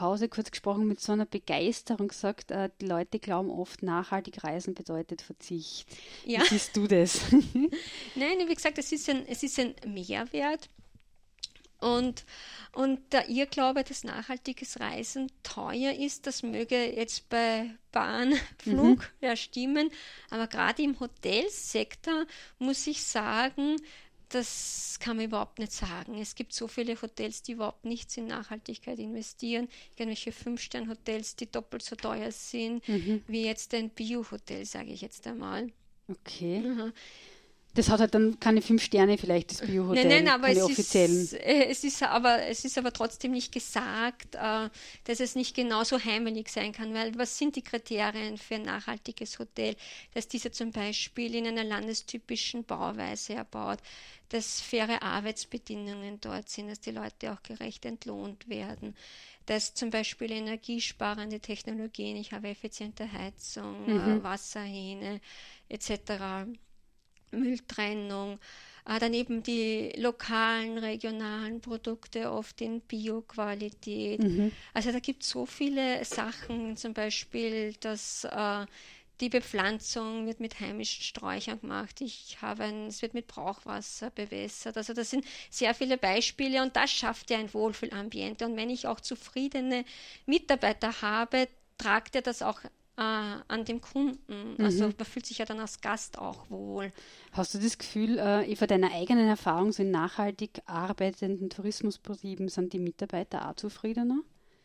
Musikpause kurz gesprochen mit so einer Begeisterung gesagt, die Leute glauben oft, nachhaltig reisen bedeutet Verzicht. Ja. Wie siehst du das? Nein, wie gesagt, es ist ein Mehrwert. Und der Irrglaube, dass nachhaltiges Reisen teuer ist, das möge jetzt bei Bahnflug stimmen. Aber gerade im Hotelsektor muss ich sagen, das kann man überhaupt nicht sagen. Es gibt so viele Hotels, die überhaupt nichts in Nachhaltigkeit investieren. Irgendwelche 5-Sterne-Hotels, die doppelt so teuer sind wie jetzt ein Bio-Hotel, sage ich jetzt einmal. Okay. Das hat halt dann keine 5 Sterne vielleicht, das Bio-Hotel, nein, aber keine offiziellen. Es ist aber trotzdem nicht gesagt, dass es nicht genauso heimelig sein kann, weil was sind die Kriterien für ein nachhaltiges Hotel? Dass dieser zum Beispiel in einer landestypischen Bauweise erbaut, dass faire Arbeitsbedingungen dort sind, dass die Leute auch gerecht entlohnt werden, dass zum Beispiel energiesparende Technologien, ich habe effiziente Heizung, Wasserhähne etc., Mülltrennung, dann eben die lokalen, regionalen Produkte, oft in Bio-Qualität. Also da gibt es so viele Sachen, zum Beispiel, dass die Bepflanzung wird mit heimischen Sträuchern gemacht. Es wird mit Brauchwasser bewässert. Also das sind sehr viele Beispiele und das schafft ja ein Wohlfühlambiente. Und wenn ich auch zufriedene Mitarbeiter habe, tragt er das auch an dem Kunden. Also man fühlt sich ja dann als Gast auch wohl. Hast du das Gefühl, von deiner eigenen Erfahrung, so in nachhaltig arbeitenden Tourismusbetrieben, sind die Mitarbeiter auch zufriedener?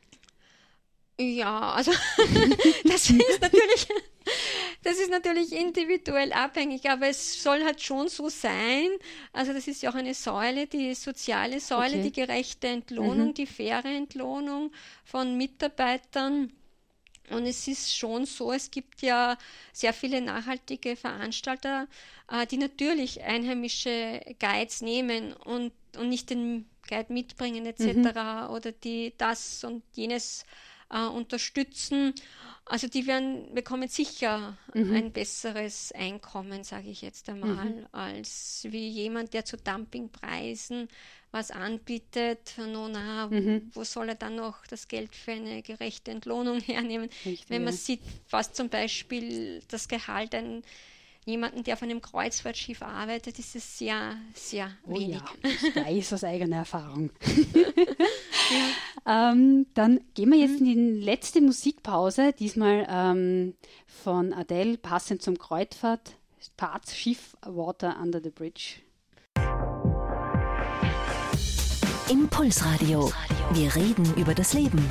Ja, also das ist natürlich individuell abhängig, aber es soll halt schon so sein, also das ist ja auch eine Säule, die soziale Säule, die gerechte Entlohnung, die faire Entlohnung von Mitarbeitern. Und es ist schon so, es gibt ja sehr viele nachhaltige Veranstalter, die natürlich einheimische Guides nehmen und nicht den Guide mitbringen etc. Oder die das und jenes unterstützen. Also die bekommen sicher ein besseres Einkommen, sage ich jetzt einmal, als wie jemand, der zu Dumpingpreisen was anbietet. Wo soll er dann noch das Geld für eine gerechte Entlohnung hernehmen? Richtig, wenn man sieht, was zum Beispiel das Gehalt jemanden, der auf einem Kreuzfahrtschiff arbeitet, ist es sehr, sehr wenig. Ja, ich weiß aus eigener Erfahrung. Dann gehen wir jetzt in die letzte Musikpause, diesmal von Adele, passend zum Kreuzfahrt-Part Schiff Water Under the Bridge. Impulsradio. Wir reden über das Leben.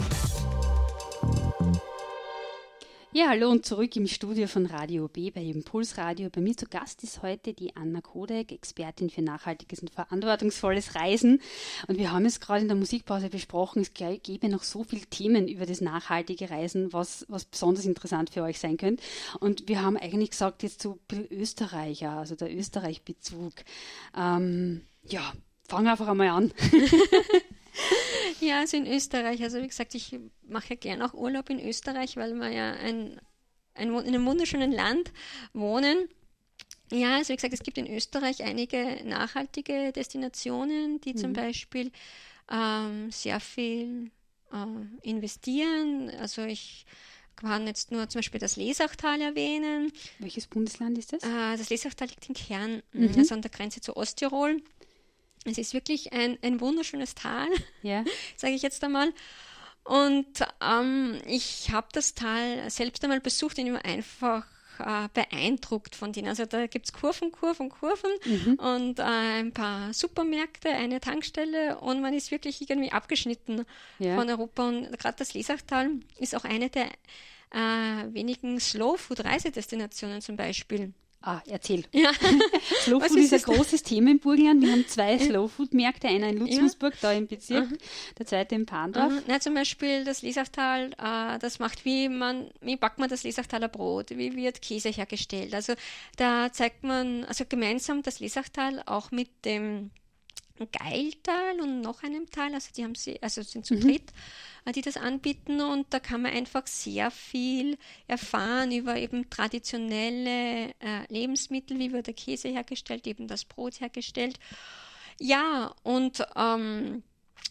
Ja, hallo und zurück im Studio von Radio B bei Impulsradio. Bei mir zu Gast ist heute die Anna Kodek, Expertin für nachhaltiges und verantwortungsvolles Reisen. Und wir haben es gerade in der Musikpause besprochen, es gäbe noch so viele Themen über das nachhaltige Reisen, was besonders interessant für euch sein könnte. Und wir haben eigentlich gesagt, jetzt so ein bisschen Österreicher, also der Österreich-Bezug. Ja, fang einfach einmal an. Ja, also in Österreich, also wie gesagt, ich mache ja gern auch Urlaub in Österreich, weil wir ja in einem wunderschönen Land wohnen. Ja, also wie gesagt, es gibt in Österreich einige nachhaltige Destinationen, die zum Beispiel sehr viel investieren. Also ich kann jetzt nur zum Beispiel das Lesachtal erwähnen. Welches Bundesland ist das? Das Lesachtal liegt in Kärnten, also an der Grenze zu Osttirol. Es ist wirklich ein wunderschönes Tal, sage ich jetzt einmal. Und ich habe das Tal selbst einmal besucht und ich war einfach beeindruckt von denen. Also da gibt es Kurven und ein paar Supermärkte, eine Tankstelle und man ist wirklich irgendwie abgeschnitten von Europa. Und gerade das Lesachtal ist auch eine der wenigen Slow-Food-Reisedestinationen zum Beispiel. Ah, erzähl. Ja. Slow Food ist ein großes Thema in Burgenland. Wir haben 2 Slow Food Märkte, einer in Lutzensburg, da im Bezirk, der zweite in Pandorf. Zum Beispiel das Lesachtal, das macht, wie backt man das Lesachtaler Brot, wie wird Käse hergestellt. Also da zeigt man, also gemeinsam das Lesachtal auch mit dem Geiltal und noch einem Tal, also sind zu dritt, die das anbieten und da kann man einfach sehr viel erfahren über eben traditionelle Lebensmittel, wie wird der Käse hergestellt, eben das Brot hergestellt. Ja, und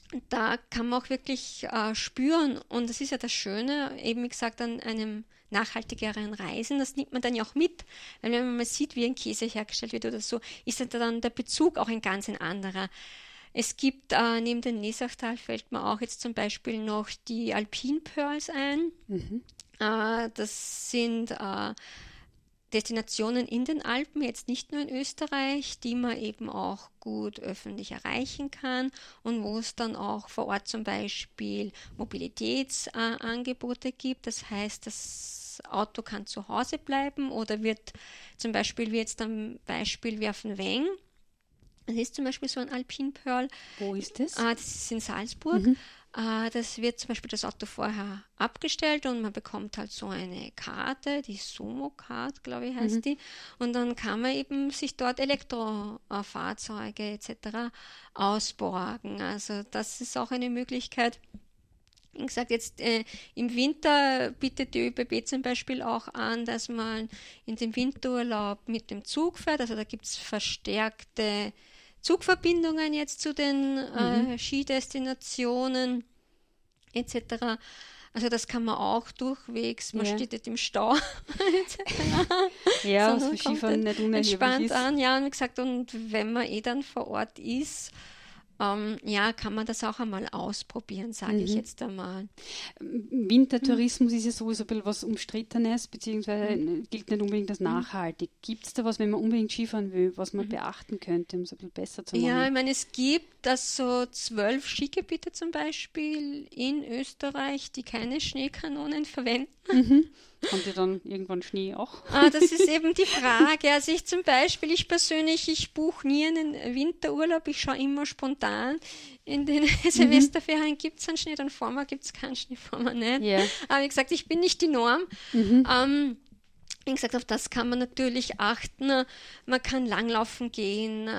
da kann man auch wirklich spüren. Und das ist ja das Schöne, eben wie gesagt, an einem nachhaltigeren Reisen, das nimmt man dann ja auch mit. Weil wenn man mal sieht, wie ein Käse hergestellt wird oder so, ist dann der Bezug auch ein ganz anderer. Es gibt neben dem Nesachtal fällt mir auch jetzt zum Beispiel noch die Alpine Pearls ein. Das sind Destinationen in den Alpen, jetzt nicht nur in Österreich, die man eben auch gut öffentlich erreichen kann und wo es dann auch vor Ort zum Beispiel Mobilitätsangebote gibt. Das heißt, das Auto kann zu Hause bleiben oder wird zum Beispiel, wie jetzt am Beispiel Werfenweng, das ist zum Beispiel so ein Alpine Pearl. Wo ist das? Das ist in Salzburg. Das wird zum Beispiel das Auto vorher abgestellt und man bekommt halt so eine Karte, die Sumo-Card, glaube ich, heißt die. Und dann kann man eben sich dort Elektrofahrzeuge etc. ausborgen. Also das ist auch eine Möglichkeit. Wie gesagt, jetzt im Winter bietet die ÖBB zum Beispiel auch an, dass man in den Winterurlaub mit dem Zug fährt. Also da gibt es verstärkte Zugverbindungen jetzt zu den Skidestinationen etc. Also das kann man auch durchwegs, man steht nicht im Stau etc. Ja, was für Skifahren nicht unerheblich entspannt ist. an, ja, und wie gesagt, und wenn man dann vor Ort ist, kann man das auch einmal ausprobieren, sage ich jetzt einmal. Wintertourismus ist ja sowieso ein bisschen was Umstrittenes, beziehungsweise gilt nicht unbedingt als nachhaltig. Gibt es da was, wenn man unbedingt Skifahren will, was man beachten könnte, um es ein bisschen besser zu machen? Ja, ich meine, es gibt so 12 Skigebiete zum Beispiel in Österreich, die keine Schneekanonen verwenden. Kommt ja dann irgendwann Schnee auch? Das ist eben die Frage. Also ich persönlich, ich buche nie einen Winterurlaub, ich schaue immer spontan. In den Semesterferien gibt es einen Schnee, dann vor mir gibt es keinen Schnee, vor mir nicht. Yeah. Aber wie gesagt, ich bin nicht die Norm. Wie gesagt, auf das kann man natürlich achten. Man kann langlaufen gehen,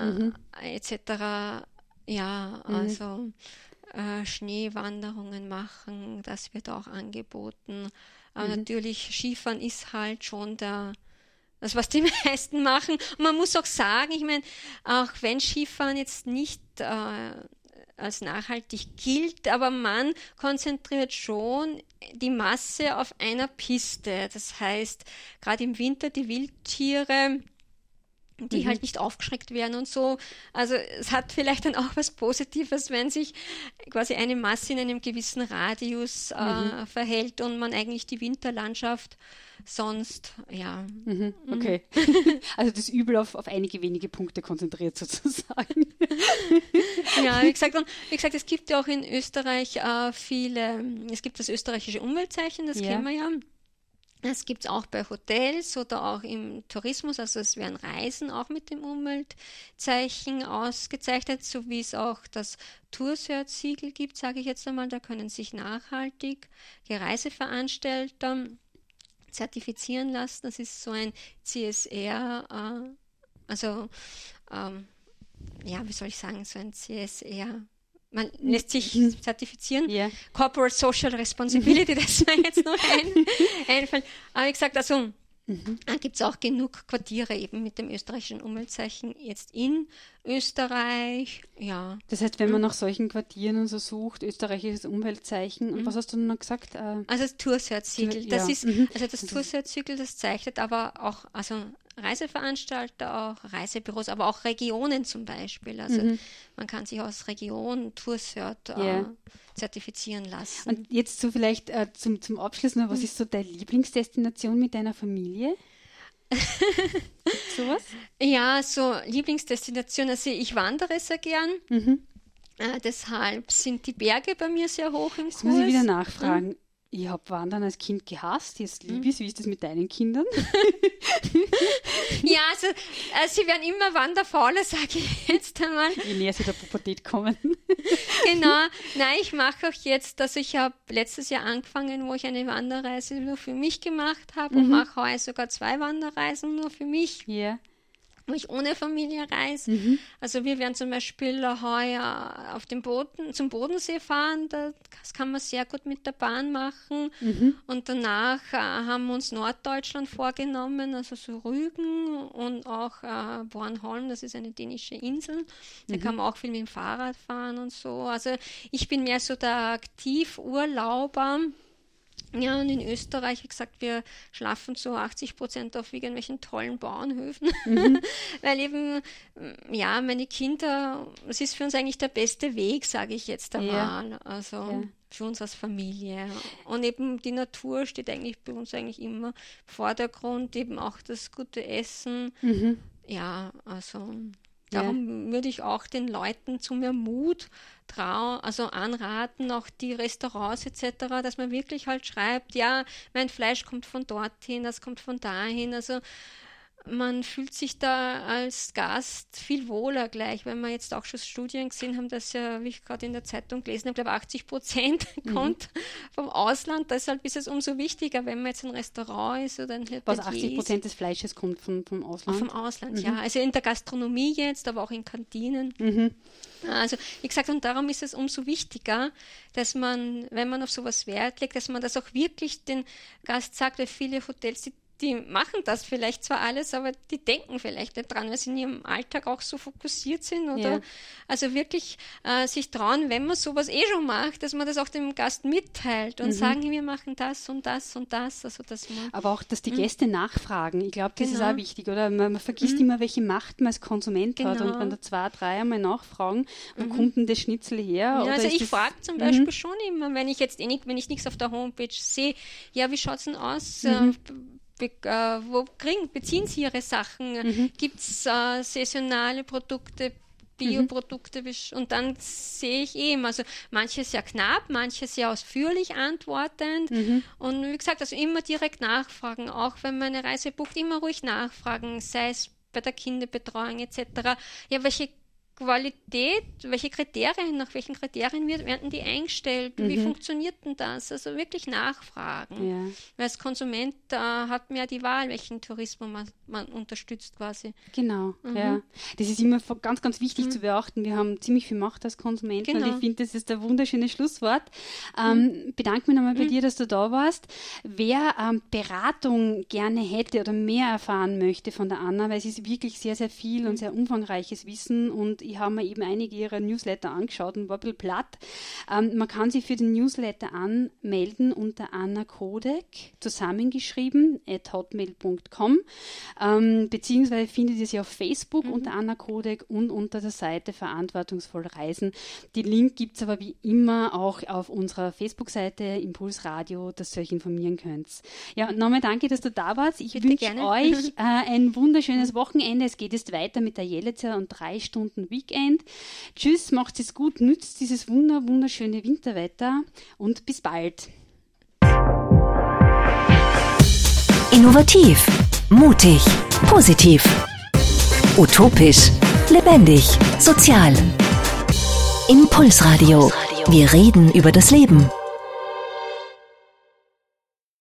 etc. Ja, also Schneewanderungen machen, das wird auch angeboten. Aber natürlich, Skifahren ist halt schon das, was die meisten machen. Und man muss auch sagen, ich meine, auch wenn Skifahren jetzt nicht als nachhaltig gilt, aber man konzentriert schon die Masse auf einer Piste. Das heißt, gerade im Winter die Wildtiere, die halt nicht aufgeschreckt werden und so. Also es hat vielleicht dann auch was Positives, wenn sich quasi eine Masse in einem gewissen Radius verhält und man eigentlich die Winterlandschaft sonst, Okay. Also das Übel auf einige wenige Punkte konzentriert sozusagen. Ja, wie gesagt, es gibt ja auch in Österreich es gibt das österreichische Umweltzeichen, das kennen wir ja. Das gibt es auch bei Hotels oder auch im Tourismus, also es werden Reisen auch mit dem Umweltzeichen ausgezeichnet, so wie es auch das Tourcert-Siegel gibt, sage ich jetzt einmal, da können sich nachhaltig Reiseveranstalter zertifizieren lassen. Das ist so ein CSR, wie soll ich sagen, so ein CSR. Man lässt sich zertifizieren. Yeah. Corporate Social Responsibility, das mir jetzt noch einfällt. Aber wie gesagt, also da gibt es auch genug Quartiere eben mit dem österreichischen Umweltzeichen jetzt in Österreich. Ja. Das heißt, wenn man nach solchen Quartieren und so sucht, österreichisches Umweltzeichen, und was hast du noch gesagt? Also das Tourcert-Siegel. Das ist, also das Tourcert-Siegel, das zeichnet aber auch, also Reiseveranstalter, auch Reisebüros, aber auch Regionen zum Beispiel. Also man kann sich aus Region Tourcert zertifizieren lassen. Und jetzt so vielleicht zum Abschluss noch, was ist so deine Lieblingsdestination mit deiner Familie? Sowas? Ja, so Lieblingsdestination, also ich wandere sehr gern. Deshalb sind die Berge bei mir sehr hoch im Kurs. Jetzt muss ich wieder nachfragen. Ich habe Wandern als Kind gehasst, jetzt liebe ich es. Wie ist das mit deinen Kindern? Ja, also sie werden immer wanderfauler, sage ich jetzt einmal. Je näher sie der Pubertät kommen. Genau. Nein, ich mache auch jetzt, also ich habe letztes Jahr angefangen, wo ich eine Wanderreise nur für mich gemacht habe und mache heute sogar 2 Wanderreisen nur für mich. Ja. wo ich ohne Familie reise. Also wir werden zum Beispiel heuer zum Bodensee fahren, das kann man sehr gut mit der Bahn machen. Und danach haben wir uns Norddeutschland vorgenommen, also so Rügen und auch Bornholm, das ist eine dänische Insel. Da kann man auch viel mit dem Fahrrad fahren und so. Also ich bin mehr so der Aktivurlauber. Ja, und in Österreich, wie gesagt, wir schlafen zu 80% auf irgendwelchen tollen Bauernhöfen, weil eben, ja, meine Kinder, es ist für uns eigentlich der beste Weg, sage ich jetzt einmal, also für uns als Familie. Und eben die Natur steht eigentlich bei uns eigentlich immer im Vordergrund, eben auch das gute Essen. Ja, also darum würde ich auch den Leuten zu mehr Mut anraten, auch die Restaurants etc., dass man wirklich halt schreibt, ja, mein Fleisch kommt von dorthin, das kommt von dahin, also man fühlt sich da als Gast viel wohler gleich, wenn wir jetzt auch schon Studien gesehen haben, dass ja, wie ich gerade in der Zeitung gelesen habe, 80% kommt vom Ausland. Deshalb ist es umso wichtiger, wenn man jetzt ein Restaurant ist oder ein Hotelier. Was 80% des Fleisches kommt vom Ausland? Vom Ausland, ja. Also in der Gastronomie jetzt, aber auch in Kantinen. Also wie gesagt, und darum ist es umso wichtiger, dass man, wenn man auf sowas Wert legt, dass man das auch wirklich den Gast sagt, weil viele Hotels, die machen das vielleicht zwar alles, aber die denken vielleicht nicht dran, weil sie in ihrem Alltag auch so fokussiert sind oder also wirklich sich trauen, wenn man sowas schon macht, dass man das auch dem Gast mitteilt und sagen, wir machen das und das und das. Also dass man, aber auch, dass die Gäste nachfragen. Ich glaube, das ist auch wichtig, oder? Man vergisst immer, welche Macht man als Konsument hat und wenn da 2, 3 einmal nachfragen, wo kommt denn das Schnitzel her? Ja, oder also ich frage zum Beispiel schon immer, wenn ich nichts auf der Homepage sehe, ja, wie schaut es denn aus? Wo beziehen Sie Ihre Sachen? Gibt es saisonale Produkte, Bioprodukte? Und dann sehe ich eben, also manche sehr knapp, manche sehr ausführlich antwortend. Und wie gesagt, also immer direkt nachfragen, auch wenn man eine Reise bucht, immer ruhig nachfragen, sei es bei der Kinderbetreuung etc. Ja, welche Qualität, nach welchen Kriterien werden die eingestellt, wie funktioniert denn das? Also wirklich nachfragen. Ja. Weil als Konsument hat man ja die Wahl, welchen Tourismus man unterstützt quasi. Genau, ja. Das ist immer ganz, ganz wichtig zu beachten. Wir haben ziemlich viel Macht als Konsumenten und ich finde, das ist ein wunderschönes Schlusswort. Bedanke mich nochmal bei dir, dass du da warst. Wer Beratung gerne hätte oder mehr erfahren möchte von der Anna, weil sie ist wirklich sehr, sehr viel und sehr umfangreiches Wissen und ich habe mir eben einige ihrer Newsletter angeschaut und war ein bisschen platt. Man kann sich für den Newsletter anmelden unter Anna Kodek, zusammengeschrieben, @hotmail.com, beziehungsweise findet ihr sie auf Facebook unter Anna Kodek und unter der Seite Verantwortungsvoll Reisen. Die Link gibt es aber wie immer auch auf unserer Facebook-Seite Impulsradio, dass ihr euch informieren könnt. Ja, und nochmal danke, dass du da warst. Ich wünsche euch ein wunderschönes Wochenende. Es geht jetzt weiter mit der Jelitzer und 3 Stunden Weekend. Tschüss, macht es gut, nützt dieses wunderschöne Winterwetter und bis bald. Innovativ, mutig, positiv, utopisch, lebendig, sozial. Impulsradio. Wir reden über das Leben.